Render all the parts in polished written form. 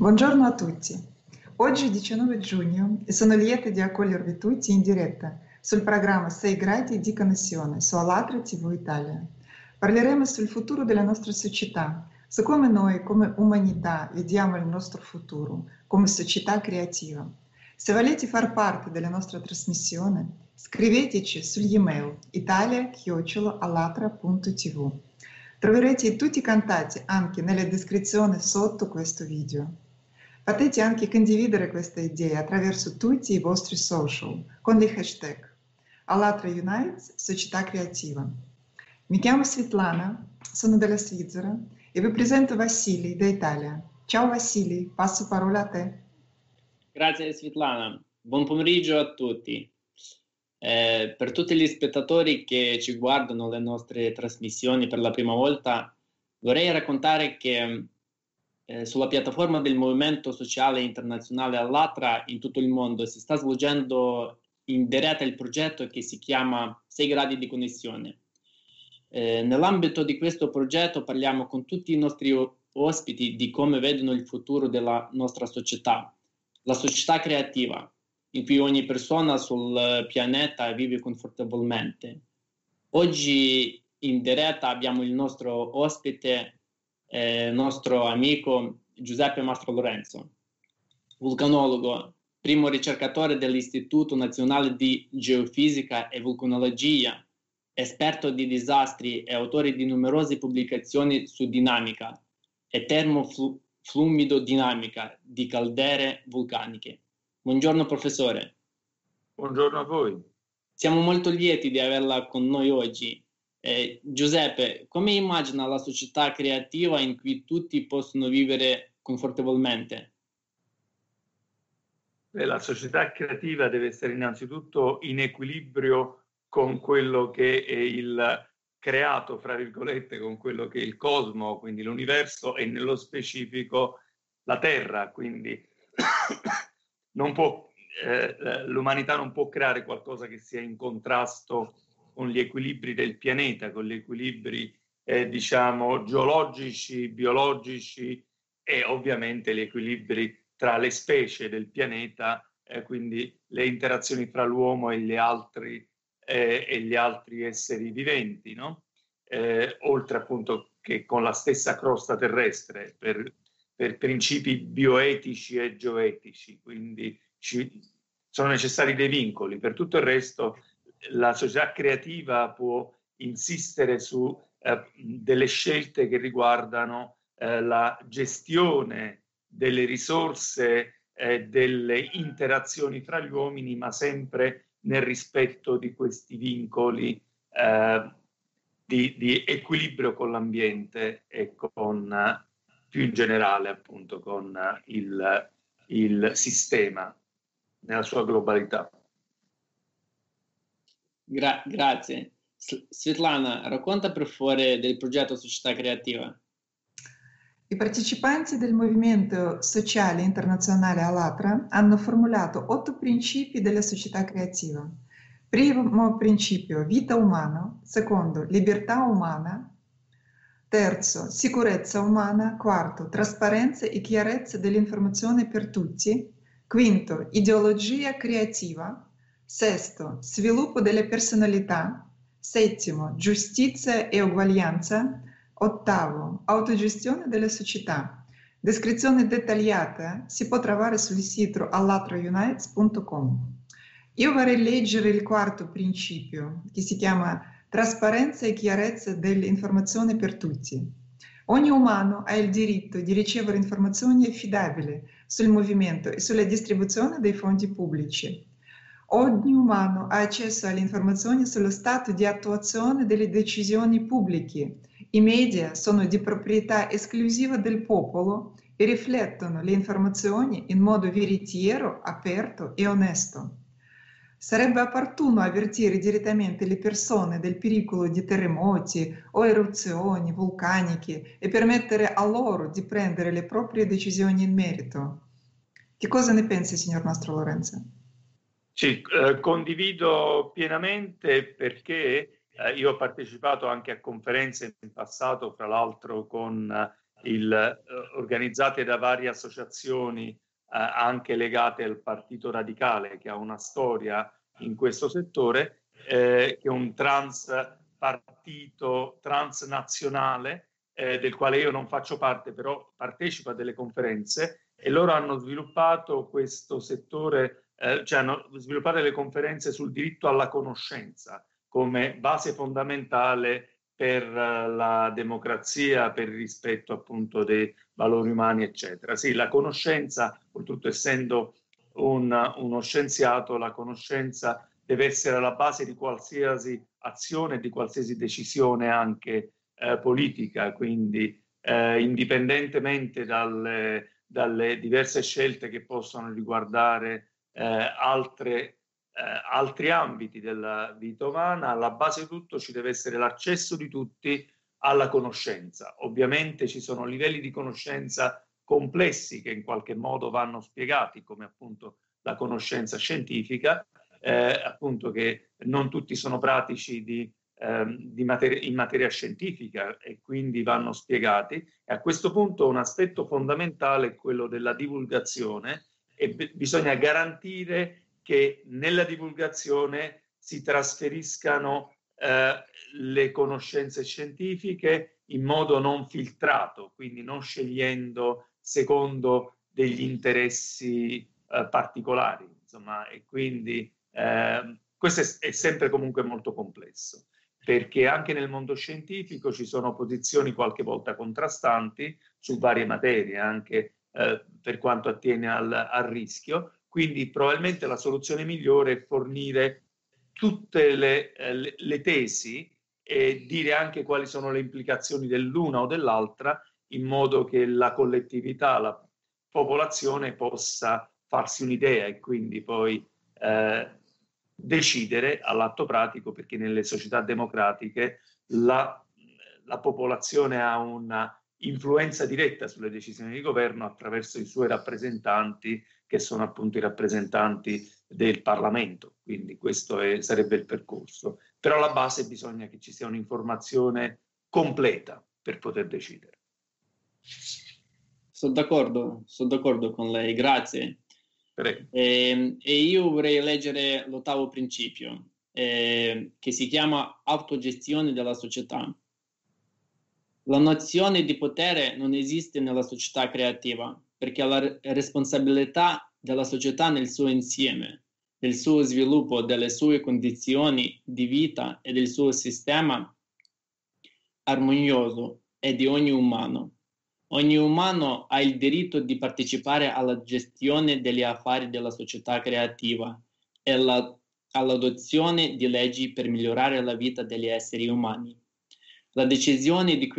Buongiorno a tutti. Oggi è 19 giugno e sono lieta di accogliervi tutti in diretta sul programma 6 gradi di connessione su Alatra TV Italia. Parleremo sul futuro della nostra società, su come noi come umanità vediamo il nostro futuro, come società creativa. Se volete far parte della nostra trasmissione, scriveteci sugli email italia@alatra.tv. Troverete tutti i contatti anche nella descrizione sotto questo video. Potete anche condividere questa idea attraverso tutti i vostri social con gli hashtag Alatra Unites Società Creativa. Mi chiamo Svetlana, sono della Svizzera e vi presento Vassili da Italia. Ciao Vassili, passo parola a te. Grazie Svetlana, buon pomeriggio a tutti. Per tutti gli spettatori che ci guardano le nostre trasmissioni per la prima volta, vorrei raccontare che sulla piattaforma del Movimento Sociale Internazionale Allatra in tutto il mondo si sta svolgendo in diretta il progetto che si chiama 6 gradi di connessione. Nell'ambito di questo progetto parliamo con tutti i nostri ospiti di come vedono il futuro della nostra società, la società creativa, in cui ogni persona sul pianeta vive confortevolmente. Oggi in diretta abbiamo il nostro ospite, nostro amico Giuseppe Mastro Lorenzo, vulcanologo, primo ricercatore dell'Istituto Nazionale di Geofisica e Vulcanologia, esperto di disastri e autore di numerose pubblicazioni su dinamica e termofluidodinamica di caldere vulcaniche. Buongiorno professore. Buongiorno a voi. Siamo molto lieti di averla con noi oggi. Giuseppe, come immagina la società creativa in cui tutti possono vivere confortevolmente? La società creativa deve essere innanzitutto in equilibrio con quello che è il creato, fra virgolette, con quello che è il cosmo, quindi l'universo, e nello specifico la Terra. Quindi l'umanità non può creare qualcosa che sia in contrasto con gli equilibri del pianeta, con gli equilibri geologici, biologici e ovviamente gli equilibri tra le specie del pianeta, quindi le interazioni tra l'uomo e gli altri esseri viventi, no? Oltre appunto che con la stessa crosta terrestre per principi bioetici e geoetici, quindi sono necessari dei vincoli. Per tutto il resto la società creativa può insistere su delle scelte che riguardano la gestione delle risorse, delle interazioni fra gli uomini, ma sempre nel rispetto di questi vincoli di equilibrio con l'ambiente e con più in generale appunto con il sistema nella sua globalità. Grazie. Svetlana, racconta per favore del progetto Società Creativa. I partecipanti del Movimento Sociale Internazionale Allatra hanno formulato 8 principi della società creativa. Primo principio, vita umana. Secondo, libertà umana. Terzo, sicurezza umana. Quarto, trasparenza e chiarezza dell'informazione per tutti. Quinto, ideologia creativa. Sesto, sviluppo delle personalità. Settimo, giustizia e uguaglianza. Ottavo, autogestione della società. Descrizione dettagliata si può trovare sul sito allatraunites.com. Io vorrei leggere il quarto principio, che si chiama trasparenza e chiarezza dell'informazione per tutti. Ogni umano ha il diritto di ricevere informazioni affidabili sul movimento e sulla distribuzione dei fondi pubblici. Ogni umano ha accesso alle informazioni sullo stato di attuazione delle decisioni pubbliche. I media sono di proprietà esclusiva del popolo e riflettono le informazioni in modo veritiero, aperto e onesto. Sarebbe opportuno avvertire direttamente le persone del pericolo di terremoti o eruzioni vulcaniche e permettere a loro di prendere le proprie decisioni in merito. Che cosa ne pensi, signor Mastro Lorenzo? Sì, condivido pienamente perché io ho partecipato anche a conferenze in passato, fra l'altro con organizzate da varie associazioni anche legate al Partito Radicale, che ha una storia in questo settore, che è un partito transnazionale, del quale io non faccio parte, però partecipo a delle conferenze, e loro hanno sviluppato questo settore, cioè hanno sviluppato delle conferenze sul diritto alla conoscenza come base fondamentale per la democrazia, per il rispetto appunto dei valori umani, eccetera. Sì, la conoscenza, oltretutto essendo uno scienziato, la conoscenza deve essere alla base di qualsiasi azione, di qualsiasi decisione anche politica, quindi indipendentemente dalle diverse scelte che possono riguardare altri ambiti della vita umana, alla base di tutto ci deve essere l'accesso di tutti alla conoscenza. Ovviamente ci sono livelli di conoscenza complessi che in qualche modo vanno spiegati, come appunto la conoscenza scientifica, appunto che non tutti sono pratici in materia scientifica e quindi vanno spiegati. E a questo punto un aspetto fondamentale è quello della divulgazione, e bisogna garantire che nella divulgazione si trasferiscano le conoscenze scientifiche in modo non filtrato, quindi non scegliendo secondo degli interessi particolari, insomma, e quindi questo è sempre comunque molto complesso, perché anche nel mondo scientifico ci sono posizioni qualche volta contrastanti su varie materie, anche per quanto attiene al rischio. Quindi probabilmente la soluzione migliore è fornire tutte le tesi e dire anche quali sono le implicazioni dell'una o dell'altra, in modo che la collettività, la popolazione possa farsi un'idea e quindi poi decidere all'atto pratico, perché nelle società democratiche la popolazione ha una influenza diretta sulle decisioni di governo attraverso i suoi rappresentanti, che sono appunto i rappresentanti del Parlamento. Quindi questo sarebbe il percorso. Però alla base bisogna che ci sia un'informazione completa per poter decidere. Sono d'accordo con lei, grazie. E io vorrei leggere l'ottavo principio, che si chiama autogestione della società. La nozione di potere non esiste nella società creativa, perché la responsabilità della società nel suo insieme, del suo sviluppo, delle sue condizioni di vita e del suo sistema armonioso è di ogni umano. Ogni umano ha il diritto di partecipare alla gestione degli affari della società creativa e all'adozione di leggi per migliorare la vita degli esseri umani. La decisione di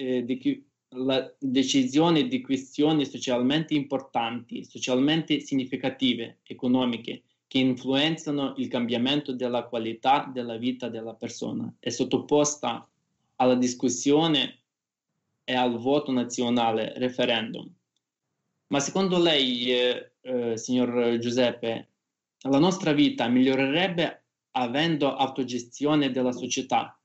questioni socialmente importanti, socialmente significative, economiche, che influenzano il cambiamento della qualità della vita della persona, è sottoposta alla discussione e al voto nazionale, referendum. Ma secondo lei, signor Giuseppe, la nostra vita migliorerebbe avendo autogestione della società?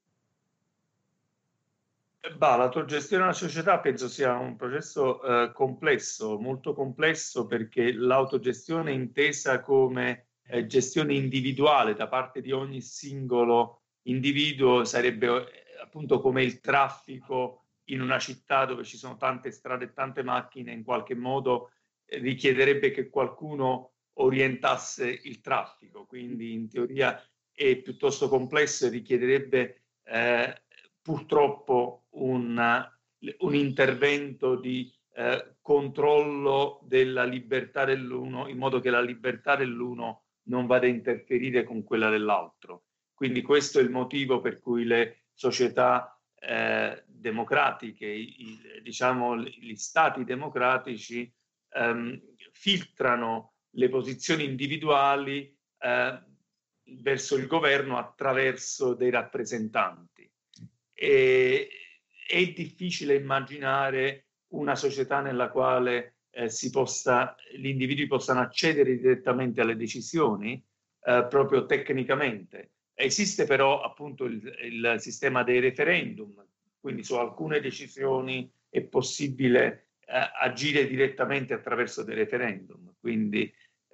L'autogestione della società penso sia un processo complesso, molto complesso, perché l'autogestione intesa come gestione individuale da parte di ogni singolo individuo sarebbe appunto come il traffico in una città dove ci sono tante strade e tante macchine, in qualche modo richiederebbe che qualcuno orientasse il traffico, quindi in teoria è piuttosto complesso e richiederebbe purtroppo un intervento di controllo della libertà dell'uno, in modo che la libertà dell'uno non vada a interferire con quella dell'altro. Quindi questo è il motivo per cui le società democratiche, diciamo gli stati democratici, filtrano le posizioni individuali verso il governo attraverso dei rappresentanti. È difficile immaginare una società nella quale gli individui possano accedere direttamente alle decisioni proprio tecnicamente. Esiste però appunto il sistema dei referendum, quindi su alcune decisioni è possibile agire direttamente attraverso dei referendum. Quindi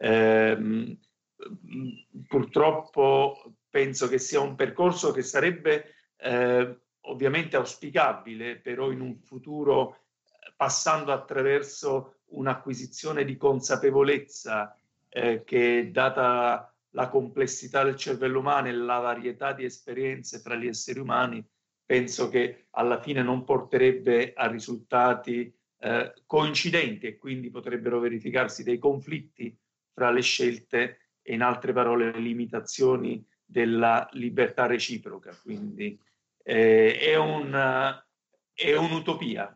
purtroppo penso che sia un percorso che sarebbe ovviamente auspicabile, però in un futuro passando attraverso un'acquisizione di consapevolezza che, data la complessità del cervello umano e la varietà di esperienze fra gli esseri umani, penso che alla fine non porterebbe a risultati coincidenti, e quindi potrebbero verificarsi dei conflitti fra le scelte e, in altre parole, le limitazioni della libertà reciproca. Quindi è un'utopia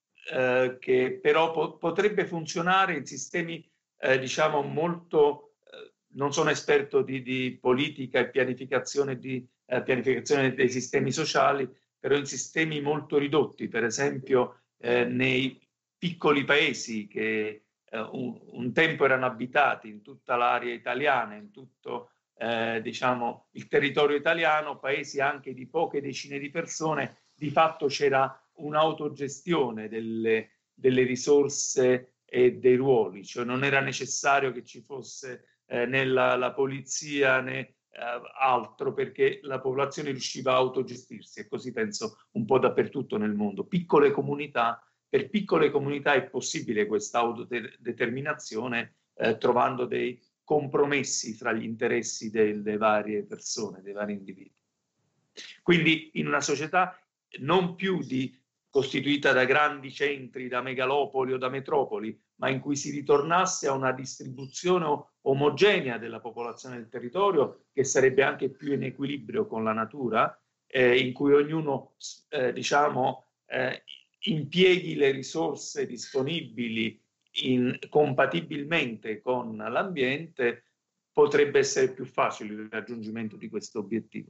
che però potrebbe funzionare in sistemi diciamo molto, non sono esperto di politica e pianificazione dei sistemi sociali, però in sistemi molto ridotti, per esempio nei piccoli paesi che un tempo erano abitati in tutta l'area italiana, in tutto diciamo il territorio italiano, paesi anche di poche decine di persone, di fatto c'era un'autogestione delle risorse e dei ruoli, cioè non era necessario che ci fosse né la polizia né altro, perché la popolazione riusciva a autogestirsi, e così penso un po' dappertutto nel mondo. Piccole comunità, per piccole comunità è possibile questa autodeterminazione trovando dei compromessi fra gli interessi delle varie persone, dei vari individui. Quindi in una società non più costituita da grandi centri, da megalopoli o da metropoli, ma in cui si ritornasse a una distribuzione omogenea della popolazione del territorio, che sarebbe anche più in equilibrio con la natura, in cui ognuno diciamo, impieghi le risorse disponibili compatibilmente con l'ambiente, potrebbe essere più facile il raggiungimento di questo obiettivo.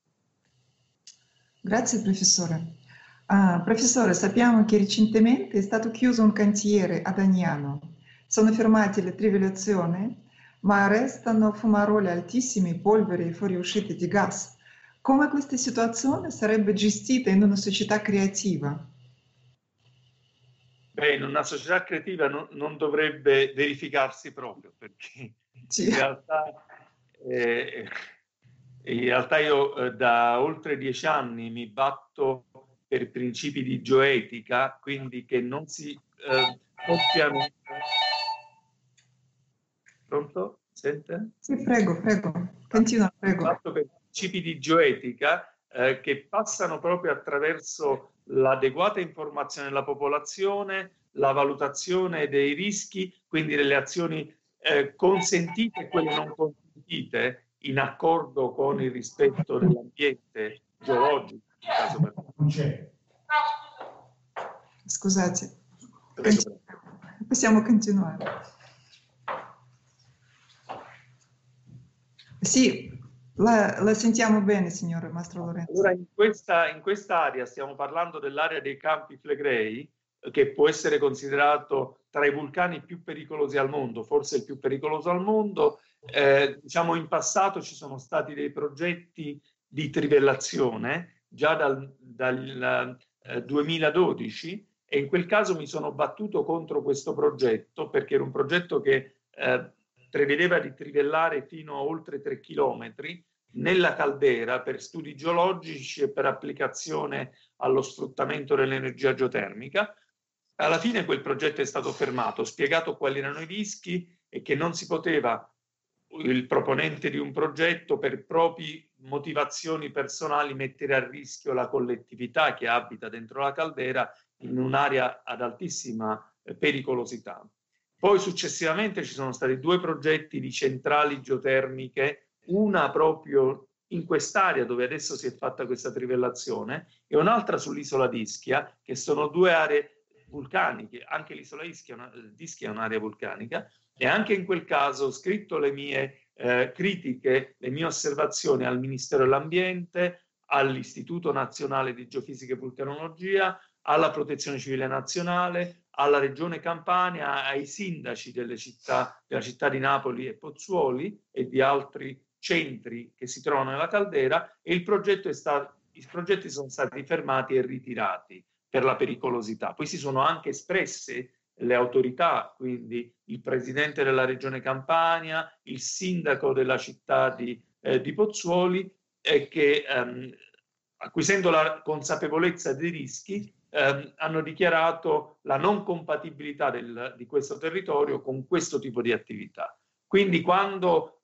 Grazie professore. Professore, sappiamo che recentemente è stato chiuso un cantiere ad Agnano. Sono fermate le trivellazioni, ma restano fumarole altissime, polveri e fuoriuscite di gas. Come questa situazione sarebbe gestita in una società creativa? Beh, in una società creativa non dovrebbe verificarsi proprio, perché sì. In realtà io da oltre 10 anni mi batto per principi di geoetica, quindi che non si coppiano. Pronto? Sente? Sì, prego, continua, prego. Mi batto per principi di geoetica che passano proprio attraverso l'adeguata informazione della popolazione, la valutazione dei rischi, quindi delle azioni consentite e quelle non consentite, in accordo con il rispetto dell'ambiente geologico. Scusate, prego. Possiamo continuare. Sì, la sentiamo bene, signor Mastro Lorenzo. Allora, in questa area stiamo parlando dell'area dei Campi Flegrei, che può essere considerato tra i vulcani più pericolosi al mondo, forse il più pericoloso al mondo. Diciamo, in passato ci sono stati dei progetti di trivellazione già dal 2012, e in quel caso mi sono battuto contro questo progetto, perché era un progetto che prevedeva di trivellare fino a oltre 3 chilometri nella caldera per studi geologici e per applicazione allo sfruttamento dell'energia geotermica. Alla fine quel progetto è stato fermato, ho spiegato quali erano i rischi e che non si poteva, il proponente di un progetto, per proprie motivazioni personali, mettere a rischio la collettività che abita dentro la caldera in un'area ad altissima pericolosità. Poi successivamente ci sono stati 2 progetti di centrali geotermiche, una proprio in quest'area dove adesso si è fatta questa trivellazione e un'altra sull'isola di Ischia, che sono 2 aree vulcaniche. Anche l'isola di Ischia è un'area vulcanica, e anche in quel caso ho scritto le mie critiche, le mie osservazioni al Ministero dell'Ambiente, all'Istituto Nazionale di Geofisica e Vulcanologia, alla Protezione Civile Nazionale, alla Regione Campania, ai sindaci della città di Napoli e Pozzuoli e di altri centri che si trovano nella caldera, e i progetti sono stati fermati e ritirati, per la pericolosità. Poi si sono anche espresse le autorità, quindi il presidente della regione Campania, il sindaco della città di Pozzuoli, che acquisendo la consapevolezza dei rischi hanno dichiarato la non compatibilità di questo territorio con questo tipo di attività. Quindi quando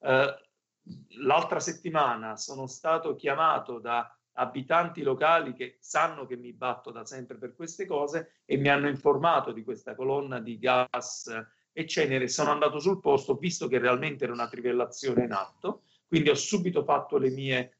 l'altra settimana sono stato chiamato da abitanti locali che sanno che mi batto da sempre per queste cose e mi hanno informato di questa colonna di gas e cenere, sono andato sul posto, ho visto che realmente era una trivellazione in atto, quindi ho subito fatto le mie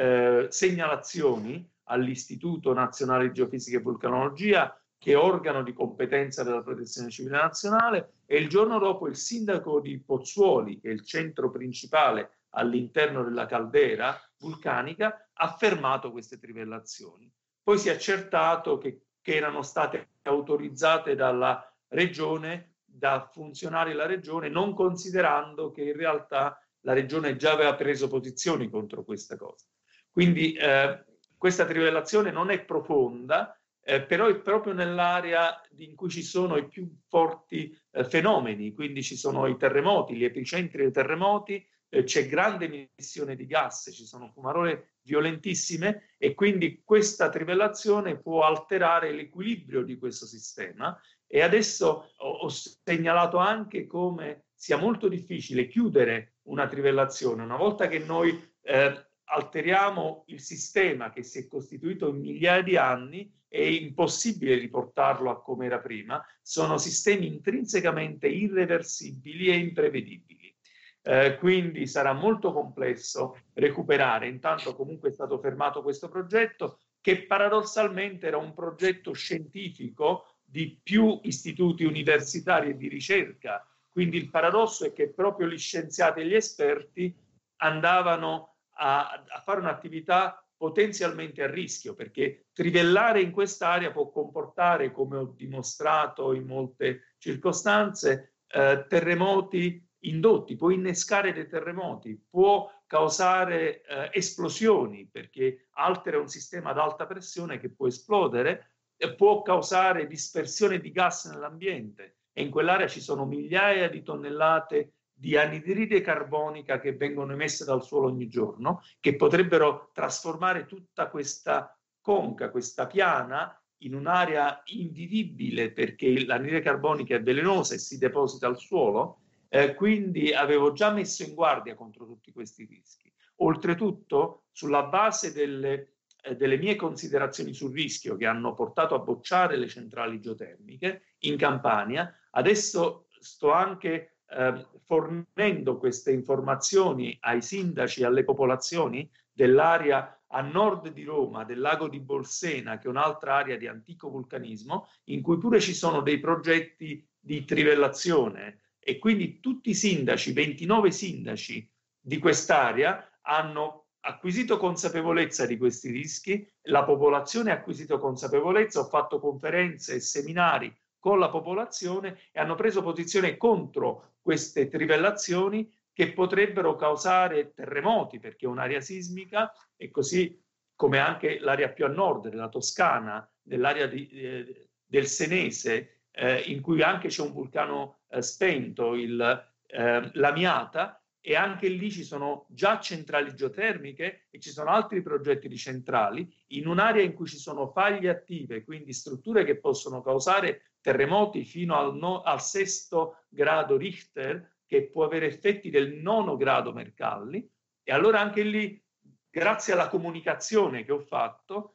segnalazioni all'Istituto Nazionale di Geofisica e Vulcanologia, che è organo di competenza della Protezione Civile Nazionale, e il giorno dopo il sindaco di Pozzuoli, che è il centro principale all'interno della caldera vulcanica, ha fermato queste trivellazioni. Poi si è accertato che erano state autorizzate dalla regione, da funzionari della regione, non considerando che in realtà la regione già aveva preso posizioni contro questa cosa. Quindi questa trivellazione non è profonda, però è proprio nell'area in cui ci sono i più forti fenomeni, quindi ci sono i terremoti, gli epicentri dei terremoti, c'è grande emissione di gas, ci sono fumarole violentissime e quindi questa trivellazione può alterare l'equilibrio di questo sistema. E adesso ho segnalato anche come sia molto difficile chiudere una trivellazione. Una volta che noi alteriamo il sistema che si è costituito in migliaia di anni, è impossibile riportarlo a come era prima. Sono sistemi intrinsecamente irreversibili e imprevedibili. Quindi sarà molto complesso recuperare. Intanto comunque è stato fermato questo progetto, che paradossalmente era un progetto scientifico di più istituti universitari e di ricerca. Quindi il paradosso è che proprio gli scienziati e gli esperti andavano a fare un'attività potenzialmente a rischio, perché trivellare in quest'area può comportare, come ho dimostrato in molte circostanze, terremoti indotti, può innescare dei terremoti, può causare esplosioni, perché altera un sistema ad alta pressione che può esplodere, può causare dispersione di gas nell'ambiente, e in quell'area ci sono migliaia di tonnellate di anidride carbonica che vengono emesse dal suolo ogni giorno, che potrebbero trasformare tutta questa conca, questa piana, in un'area invivibile, perché l'anidride carbonica è velenosa e si deposita al suolo. Quindi avevo già messo in guardia contro tutti questi rischi. Oltretutto, sulla base delle mie considerazioni sul rischio, che hanno portato a bocciare le centrali geotermiche in Campania, adesso sto anche fornendo queste informazioni ai sindaci e alle popolazioni dell'area a nord di Roma, del lago di Bolsena, che è un'altra area di antico vulcanismo, in cui pure ci sono dei progetti di trivellazione, e quindi tutti i sindaci, 29 sindaci di quest'area, hanno acquisito consapevolezza di questi rischi, la popolazione ha acquisito consapevolezza, ho fatto conferenze e seminari con la popolazione e hanno preso posizione contro queste trivellazioni che potrebbero causare terremoti, perché è un'area sismica, e così come anche l'area più a nord della Toscana, nell'area del Senese, in cui anche c'è un vulcano spento, l'Amiata, e anche lì ci sono già centrali geotermiche e ci sono altri progetti di centrali in un'area in cui ci sono faglie attive, quindi strutture che possono causare terremoti fino al 6° grado Richter, che può avere effetti del 9° grado Mercalli. E allora anche lì, grazie alla comunicazione che ho fatto,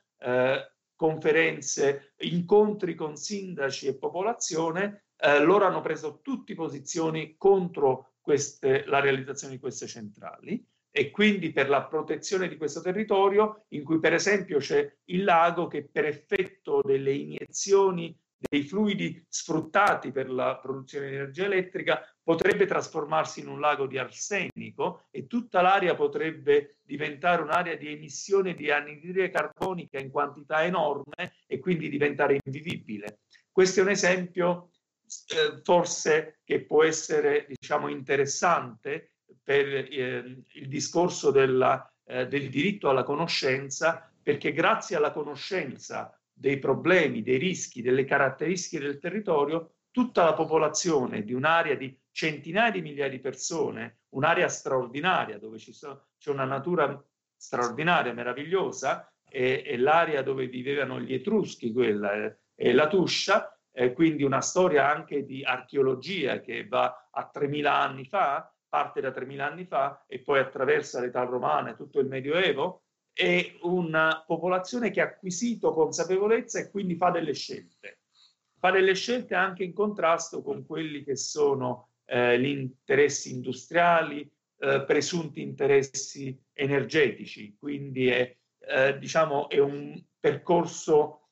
conferenze, incontri con sindaci e popolazione, loro hanno preso tutte posizioni contro la realizzazione di queste centrali, e quindi per la protezione di questo territorio, in cui per esempio c'è il lago che per effetto delle iniezioni dei fluidi sfruttati per la produzione di energia elettrica potrebbe trasformarsi in un lago di arsenico, e tutta l'area potrebbe diventare un'area di emissione di anidride carbonica in quantità enorme e quindi diventare invivibile. Questo è un esempio forse che può essere, diciamo, interessante per il discorso del diritto alla conoscenza, perché grazie alla conoscenza dei problemi, dei rischi, delle caratteristiche del territorio, tutta la popolazione di un'area di centinaia di migliaia di persone, un'area straordinaria dove c'è una natura straordinaria, meravigliosa, è l'area dove vivevano gli Etruschi, quella è la Tuscia, quindi una storia anche di archeologia che va a 3000 anni fa, parte da 3000 anni fa e poi attraversa l'età romana e tutto il Medioevo. È una popolazione che ha acquisito consapevolezza e quindi fa delle scelte. Fa delle scelte anche in contrasto con quelli che sono gli interessi industriali, presunti interessi energetici. Quindi diciamo, è un percorso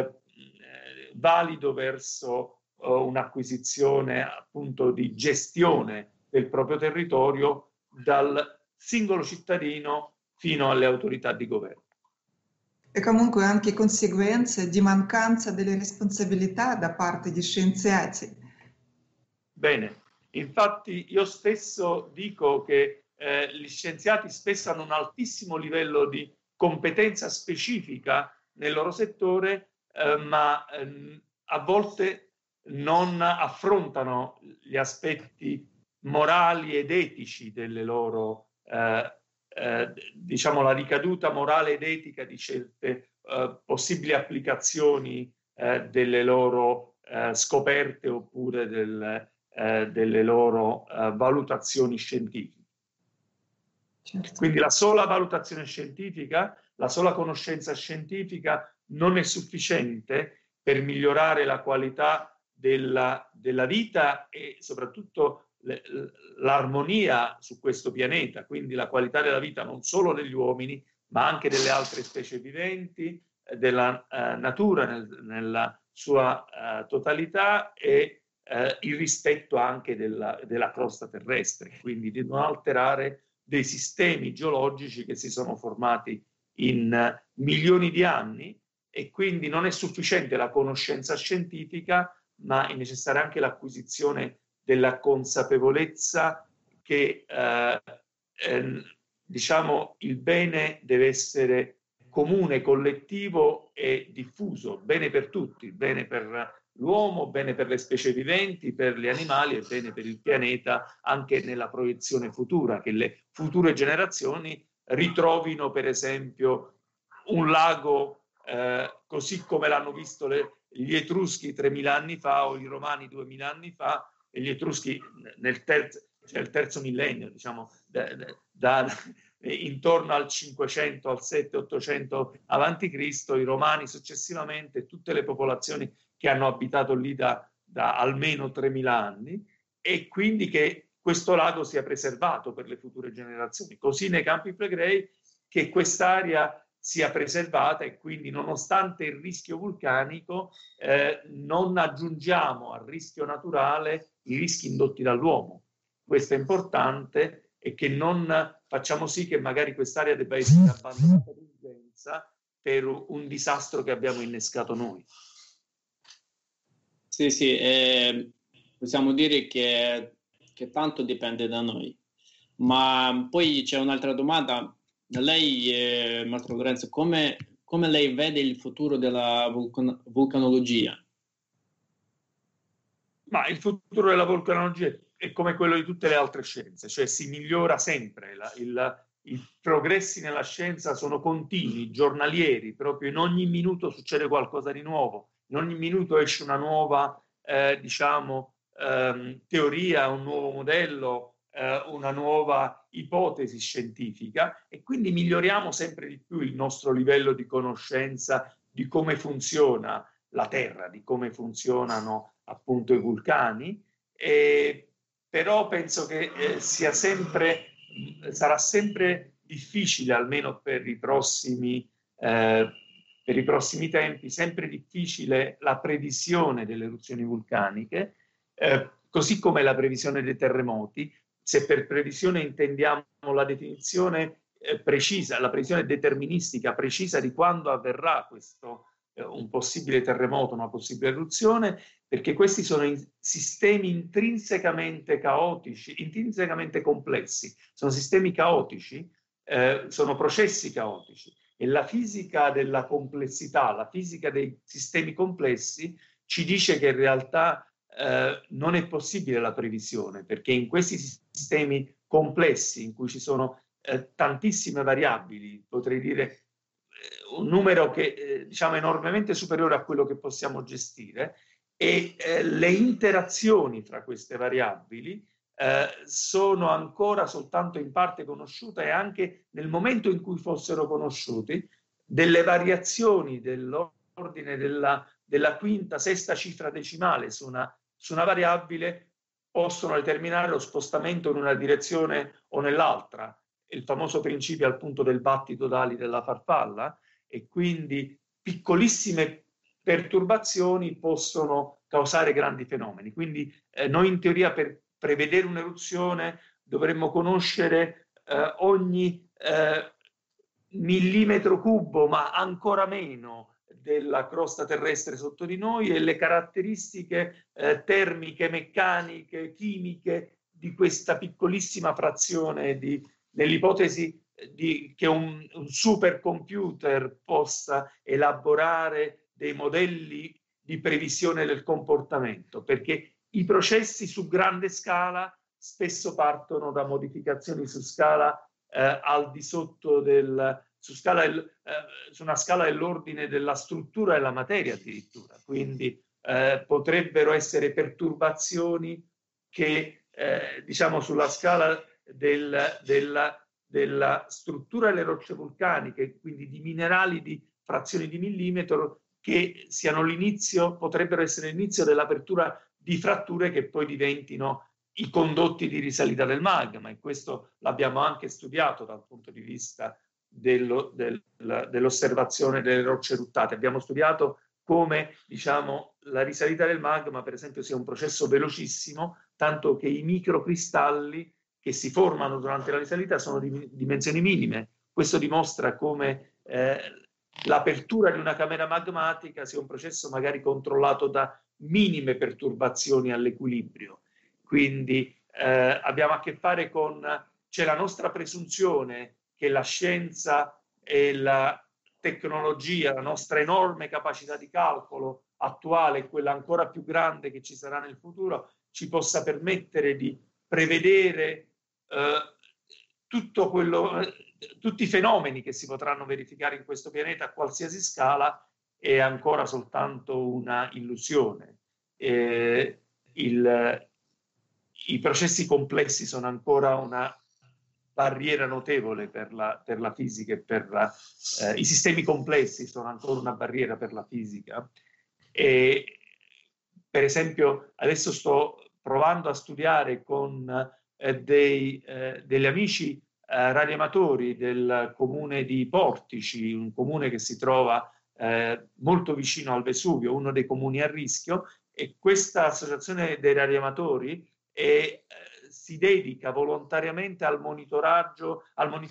valido verso un'acquisizione appunto di gestione del proprio territorio dal singolo cittadino fino alle autorità di governo. E comunque anche conseguenze di mancanza delle responsabilità da parte di scienziati. Bene, infatti io stesso dico che gli scienziati spesso hanno un altissimo livello di competenza specifica nel loro settore, ma a volte non affrontano gli aspetti morali ed etici delle loro diciamo la ricaduta morale ed etica di certe possibili applicazioni delle loro scoperte oppure delle loro valutazioni scientifiche. Certo. Quindi la sola valutazione scientifica, la sola conoscenza scientifica non è sufficiente per migliorare la qualità della vita e soprattutto l'armonia su questo pianeta, quindi la qualità della vita non solo degli uomini, ma anche delle altre specie viventi, della natura nella sua totalità e il rispetto anche della crosta terrestre, quindi di non alterare dei sistemi geologici che si sono formati in milioni di anni e quindi non è sufficiente la conoscenza scientifica, ma è necessaria anche l'acquisizione della consapevolezza che diciamo il bene deve essere comune, collettivo e diffuso, bene per tutti, bene per l'uomo, bene per le specie viventi, per gli animali e bene per il pianeta, anche nella proiezione futura, che le future generazioni ritrovino per esempio un lago così come l'hanno visto gli Etruschi 3000 anni fa o i Romani 2000 anni fa, e gli Etruschi nel terzo millennio, diciamo, intorno al 500, al 700-800 avanti Cristo, i Romani successivamente, tutte le popolazioni che hanno abitato lì da almeno 3000 anni, e quindi che questo lago sia preservato per le future generazioni. Così nei Campi Flegrei, che quest'area sia preservata e quindi nonostante il rischio vulcanico non aggiungiamo al rischio naturale i rischi indotti dall'uomo. Questo è importante e che non facciamo sì che magari quest'area debba essere abbandonata d'urgenza per un disastro che abbiamo innescato noi. Sì, possiamo dire che tanto dipende da noi. Ma poi c'è un'altra domanda. Da lei, Mastro Lorenzo, come lei vede il futuro della vulcanologia? Ma il futuro della vulcanologia è come quello di tutte le altre scienze, cioè si migliora sempre. I progressi nella scienza sono continui, giornalieri, proprio in ogni minuto succede qualcosa di nuovo, in ogni minuto esce una nuova teoria, un nuovo modello, una nuova ipotesi scientifica, e quindi miglioriamo sempre di più il nostro livello di conoscenza di come funziona la Terra, di come funzionano appunto i vulcani, però penso che sarà sempre difficile, almeno per i prossimi tempi, sempre difficile la previsione delle eruzioni vulcaniche, così come la previsione dei terremoti. Se per previsione intendiamo la definizione precisa, la previsione deterministica precisa di quando avverrà un possibile terremoto, una possibile eruzione, perché questi sono sistemi intrinsecamente caotici, intrinsecamente complessi, sono sistemi caotici, sono processi caotici, E la fisica della complessità, la fisica dei sistemi complessi ci dice che in realtà non è possibile la previsione, perché in questi sistemi complessi in cui ci sono tantissime variabili, potrei dire un numero che diciamo enormemente superiore a quello che possiamo gestire, e le interazioni fra queste variabili sono ancora soltanto in parte conosciute, e anche nel momento in cui fossero conosciuti, delle variazioni dell'ordine della quinta, sesta cifra decimale su una variabile possono determinare lo spostamento in una direzione o nell'altra. Il famoso principio appunto del battito d'ali della farfalla, e quindi piccolissime perturbazioni possono causare grandi fenomeni. Quindi noi in teoria per prevedere un'eruzione dovremmo conoscere ogni millimetro cubo, ma ancora meno, della crosta terrestre sotto di noi, e le caratteristiche termiche, meccaniche, chimiche di questa piccolissima frazione nell'ipotesi che un supercomputer possa elaborare dei modelli di previsione del comportamento, perché i processi su grande scala spesso partono da modificazioni su scala al di sotto su una scala dell'ordine della struttura della materia addirittura. Quindi potrebbero essere perturbazioni che diciamo sulla scala della struttura delle rocce vulcaniche, quindi di minerali di frazioni di millimetro, che siano potrebbero essere l'inizio dell'apertura di fratture che poi diventino i condotti di risalita del magma, e questo l'abbiamo anche studiato dal punto di vista dell'osservazione delle rocce eruttate. Abbiamo studiato come, diciamo, la risalita del magma, per esempio, sia un processo velocissimo, tanto che i microcristalli che si formano durante la risalita sono di dimensioni minime. Questo dimostra come l'apertura di una camera magmatica sia un processo magari controllato da minime perturbazioni all'equilibrio. Quindi abbiamo a che fare c'è la nostra presunzione che la scienza e la tecnologia, la nostra enorme capacità di calcolo attuale, quella ancora più grande che ci sarà nel futuro, ci possa permettere di prevedere tutti i fenomeni che si potranno verificare in questo pianeta a qualsiasi scala. È ancora soltanto una illusione. I processi complessi sono ancora una barriera notevole per la fisica, e i sistemi complessi sono ancora una barriera per la fisica. E, per esempio, adesso sto provando a studiare con degli amici radioamatori del comune di Portici, un comune che si trova molto vicino al Vesuvio, uno dei comuni a rischio, e questa associazione dei radioamatori si dedica volontariamente al monitoraggio,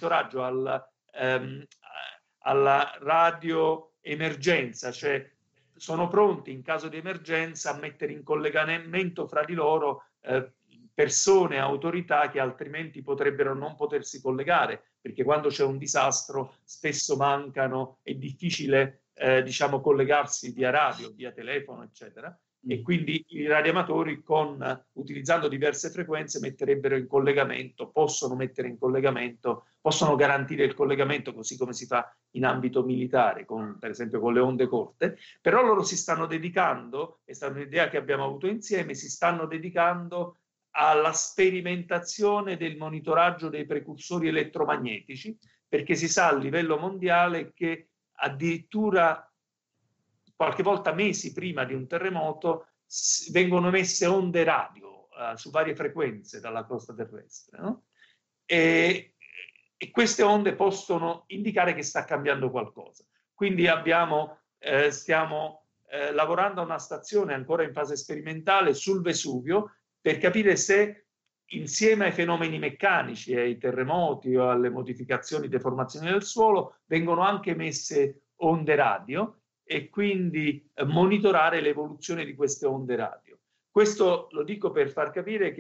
alla radioemergenza, cioè sono pronti in caso di emergenza a mettere in collegamento fra di loro persone e autorità che altrimenti potrebbero non potersi collegare, perché quando c'è un disastro spesso mancano, è difficile diciamo collegarsi via radio, via telefono, eccetera. E quindi i radioamatori, utilizzando diverse frequenze, metterebbero in collegamento, possono mettere in collegamento, possono garantire il collegamento, così come si fa in ambito militare, per esempio con le onde corte. Però loro si stanno dedicando, è stata un'idea che abbiamo avuto insieme, si stanno dedicando alla sperimentazione del monitoraggio dei precursori elettromagnetici, perché si sa a livello mondiale che addirittura qualche volta mesi prima di un terremoto vengono emesse onde radio su varie frequenze dalla crosta terrestre, no? E queste onde possono indicare che sta cambiando qualcosa. Quindi stiamo lavorando a una stazione ancora in fase sperimentale sul Vesuvio per capire se, insieme ai fenomeni meccanici, ai terremoti o alle modificazioni, deformazioni del suolo, vengono anche emesse onde radio, e quindi monitorare l'evoluzione di queste onde radio. Questo lo dico per far capire che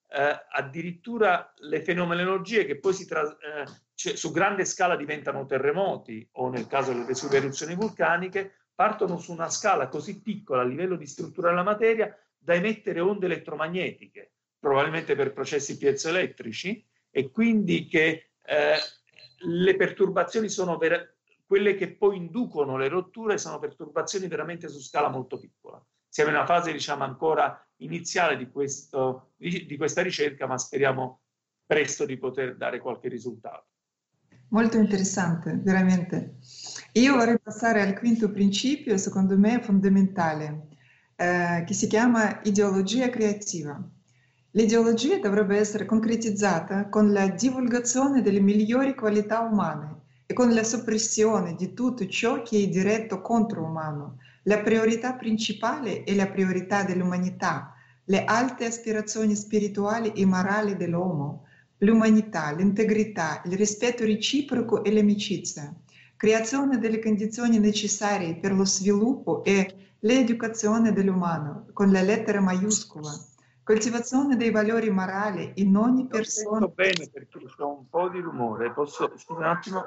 addirittura le fenomenologie che poi su grande scala diventano terremoti, o nel caso delle sue eruzioni vulcaniche, partono su una scala così piccola a livello di struttura della materia da emettere onde elettromagnetiche, probabilmente per processi piezoelettrici, e quindi che le perturbazioni sono quelle che poi inducono le rotture, sono perturbazioni veramente su scala molto piccola. Siamo in una fase, diciamo, ancora iniziale di questa ricerca, ma speriamo presto di poter dare qualche risultato. Molto interessante, veramente. Io vorrei passare al quinto principio, secondo me fondamentale, che si chiama ideologia creativa. L'ideologia dovrebbe essere concretizzata con la divulgazione delle migliori qualità umane e con la soppressione di tutto ciò che è diretto contro l'umano. La priorità principale è la priorità dell'umanità, le alte aspirazioni spirituali e morali dell'uomo, l'umanità, l'integrità, il rispetto reciproco e l'amicizia, creazione delle condizioni necessarie per lo sviluppo e l'educazione dell'umano, con la lettera maiuscola, coltivazione dei valori morali in ogni persona. Sento bene perché c'è un po' di rumore, scusa un attimo?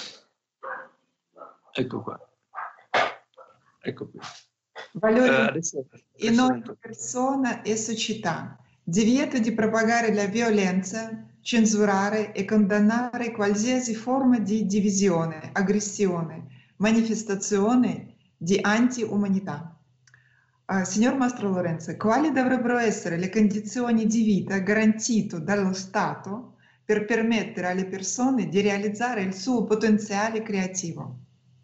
Ecco qua. Ecco qui. Valori Adesso in ogni persona e società, divieto di propagare la violenza, censurare e condannare qualsiasi forma di divisione, aggressione, manifestazione di anti-umanità. Signor Mastro Lorenzo, quali dovrebbero essere le condizioni di vita garantite dallo Stato per permettere alle persone di realizzare il suo potenziale creativo?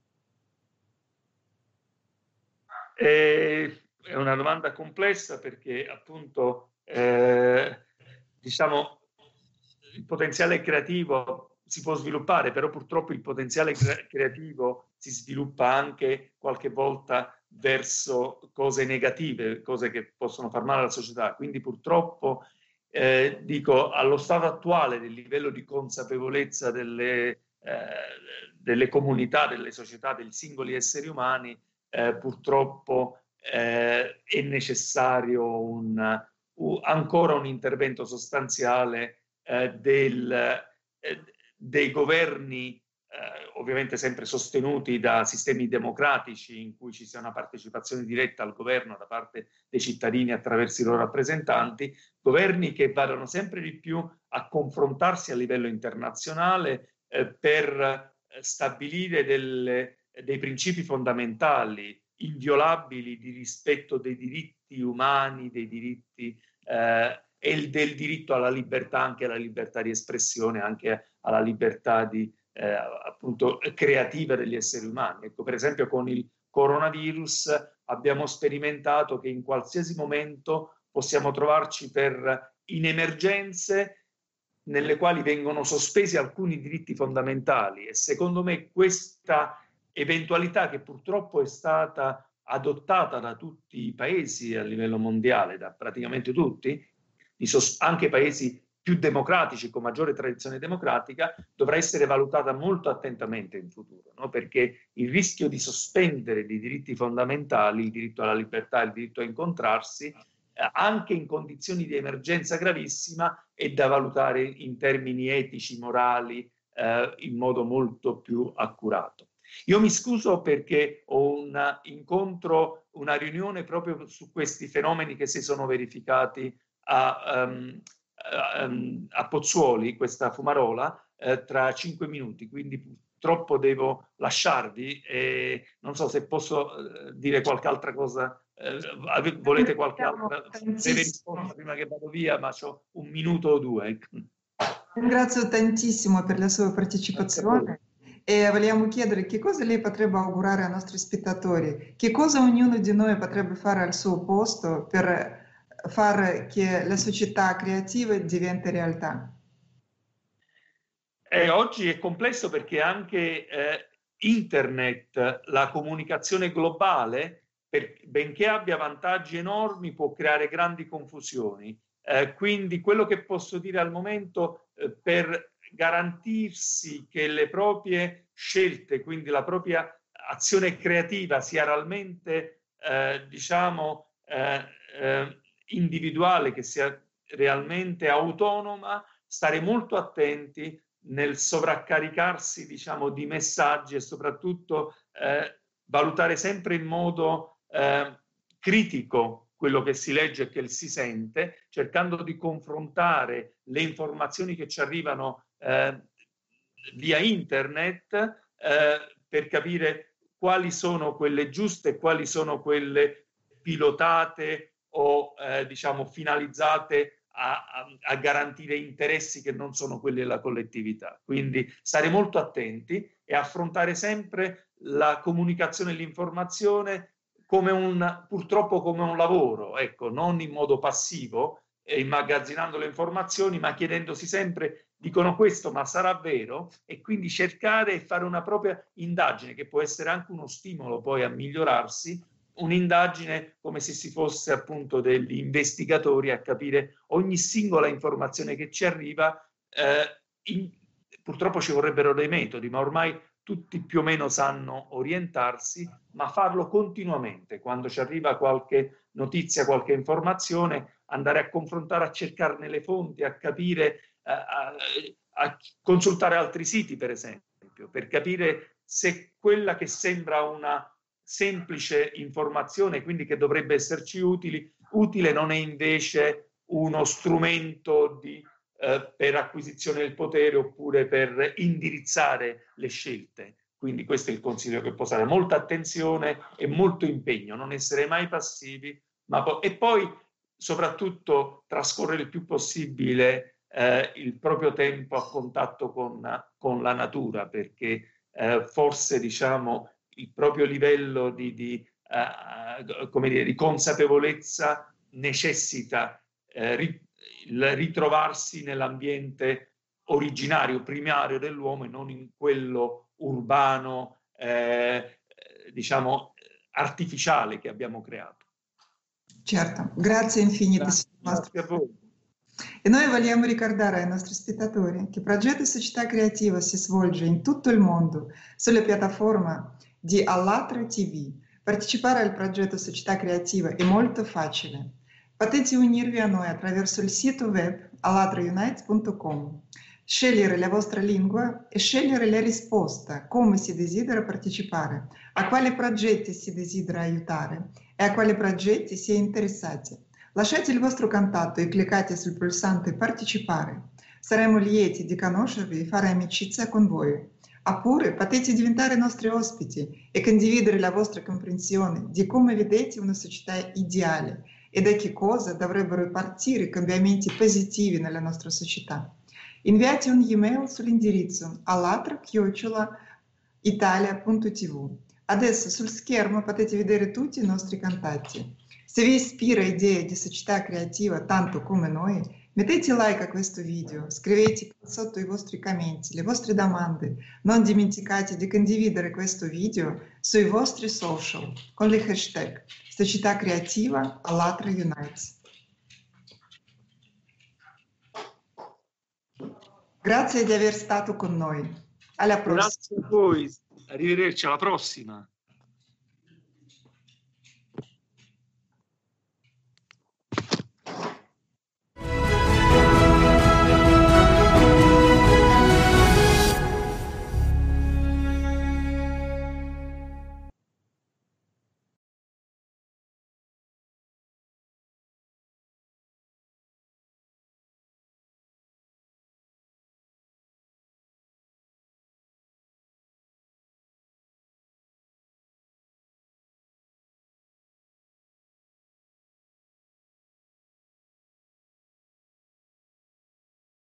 È una domanda complessa perché appunto diciamo il potenziale creativo si può sviluppare, però purtroppo il potenziale creativo si sviluppa anche qualche volta verso cose negative, cose che possono far male alla società. Quindi purtroppo dico, allo stato attuale del livello di consapevolezza delle comunità, delle società, dei singoli esseri umani, purtroppo è necessario ancora un intervento sostanziale dei governi, ovviamente sempre sostenuti da sistemi democratici in cui ci sia una partecipazione diretta al governo da parte dei cittadini attraverso i loro rappresentanti, governi che vadano sempre di più a confrontarsi a livello internazionale per stabilire dei principi fondamentali, inviolabili di rispetto dei diritti umani, dei diritti e del diritto alla libertà, anche alla libertà di espressione, anche alla libertà appunto creativa degli esseri umani. Ecco, per esempio con il coronavirus abbiamo sperimentato che in qualsiasi momento possiamo trovarci in emergenze nelle quali vengono sospesi alcuni diritti fondamentali, e secondo me questa eventualità, che purtroppo è stata adottata da tutti i paesi a livello mondiale, da praticamente tutti, anche paesi più democratici, con maggiore tradizione democratica, dovrà essere valutata molto attentamente in futuro, no? Perché il rischio di sospendere dei diritti fondamentali, il diritto alla libertà, il diritto a incontrarsi, anche in condizioni di emergenza gravissima, è da valutare in termini etici, morali, in modo molto più accurato. Io mi scuso perché ho un incontro, una riunione proprio su questi fenomeni che si sono verificati a Pozzuoli, questa fumarola, tra 5 minuti, quindi purtroppo devo lasciarvi e non so se posso dire qualche altra cosa. Volete qualche altra breve risposta prima che vado via, ma ho 1 minuto o 2. Ringrazio tantissimo per la sua partecipazione e vogliamo chiedere che cosa lei potrebbe augurare ai nostri spettatori, che cosa ognuno di noi potrebbe fare al suo posto per far che la società creativa diventi realtà. Oggi è complesso perché anche internet, la comunicazione globale, benché abbia vantaggi enormi, può creare grandi confusioni. Quindi quello che posso dire al momento, per garantirsi che le proprie scelte, quindi la propria azione creativa sia realmente, diciamo, individuale, che sia realmente autonoma, stare molto attenti nel sovraccaricarsi, diciamo, di messaggi e soprattutto valutare sempre in modo critico quello che si legge e che si sente, cercando di confrontare le informazioni che ci arrivano via internet per capire quali sono quelle giuste e quali sono quelle pilotate o diciamo finalizzate a garantire interessi che non sono quelli della collettività. Quindi stare molto attenti e affrontare sempre la comunicazione e l'informazione come purtroppo come un lavoro, ecco, non in modo passivo, immagazzinando le informazioni, ma chiedendosi sempre, dicono questo, ma sarà vero? E quindi cercare e fare una propria indagine, che può essere anche uno stimolo poi a migliorarsi, un'indagine come se si fosse appunto degli investigatori a capire ogni singola informazione che ci arriva. Purtroppo ci vorrebbero dei metodi, ma ormai tutti più o meno sanno orientarsi, ma farlo continuamente. Quando ci arriva qualche notizia, qualche informazione, andare a confrontare, a cercarne le fonti, a capire, a consultare altri siti, per esempio, per capire se quella che sembra una semplice informazione, quindi che dovrebbe esserci utile, non è invece uno strumento per acquisizione del potere oppure per indirizzare le scelte. Quindi questo è il consiglio che posso dare: molta attenzione e molto impegno, non essere mai passivi, e poi soprattutto trascorrere il più possibile il proprio tempo a contatto con la natura, perché forse, diciamo, il proprio livello come dire, di consapevolezza necessita il ritrovarsi nell'ambiente originario, primario dell'uomo e non in quello urbano, diciamo, artificiale che abbiamo creato. Certo, grazie infinite. Grazie a voi. E noi vogliamo ricordare ai nostri spettatori che il progetto Società Creativa si svolge in tutto il mondo sulla piattaforma di Allatra TV. Partecipare al progetto Società Creativa è molto facile. Potete unirvi a noi attraverso il sito web allatraunites.com, scegliere la vostra lingua e scegliere la risposta, come si desidera partecipare, a quali progetti si desidera aiutare e a quali progetti si è interessati. Lasciate il vostro contatto e cliccate sul pulsante partecipare. Saremo lieti di conoscervi e fare amicizia con voi. Oppure potete diventare nostri ospiti e condividere la vostra comprensione di come vedete una società ideale e da che cosa dovrebbero partire cambiamenti positivi nella nostra società. Inviate un email sull'indirizzo allatra@italia.tv. Adesso sul schermo potete vedere tutti i nostri contatti. Se vi ispira idee di società creativa tanto come noi, mettete like a questo video, scrivete sotto i vostri commenti le vostre domande, non dimenticate di condividere questo video sui vostri social con le hashtag Società Creativa Allatra Unites. Grazie di aver stato con noi. Alla prossima. Grazie a voi, arrivederci, alla prossima.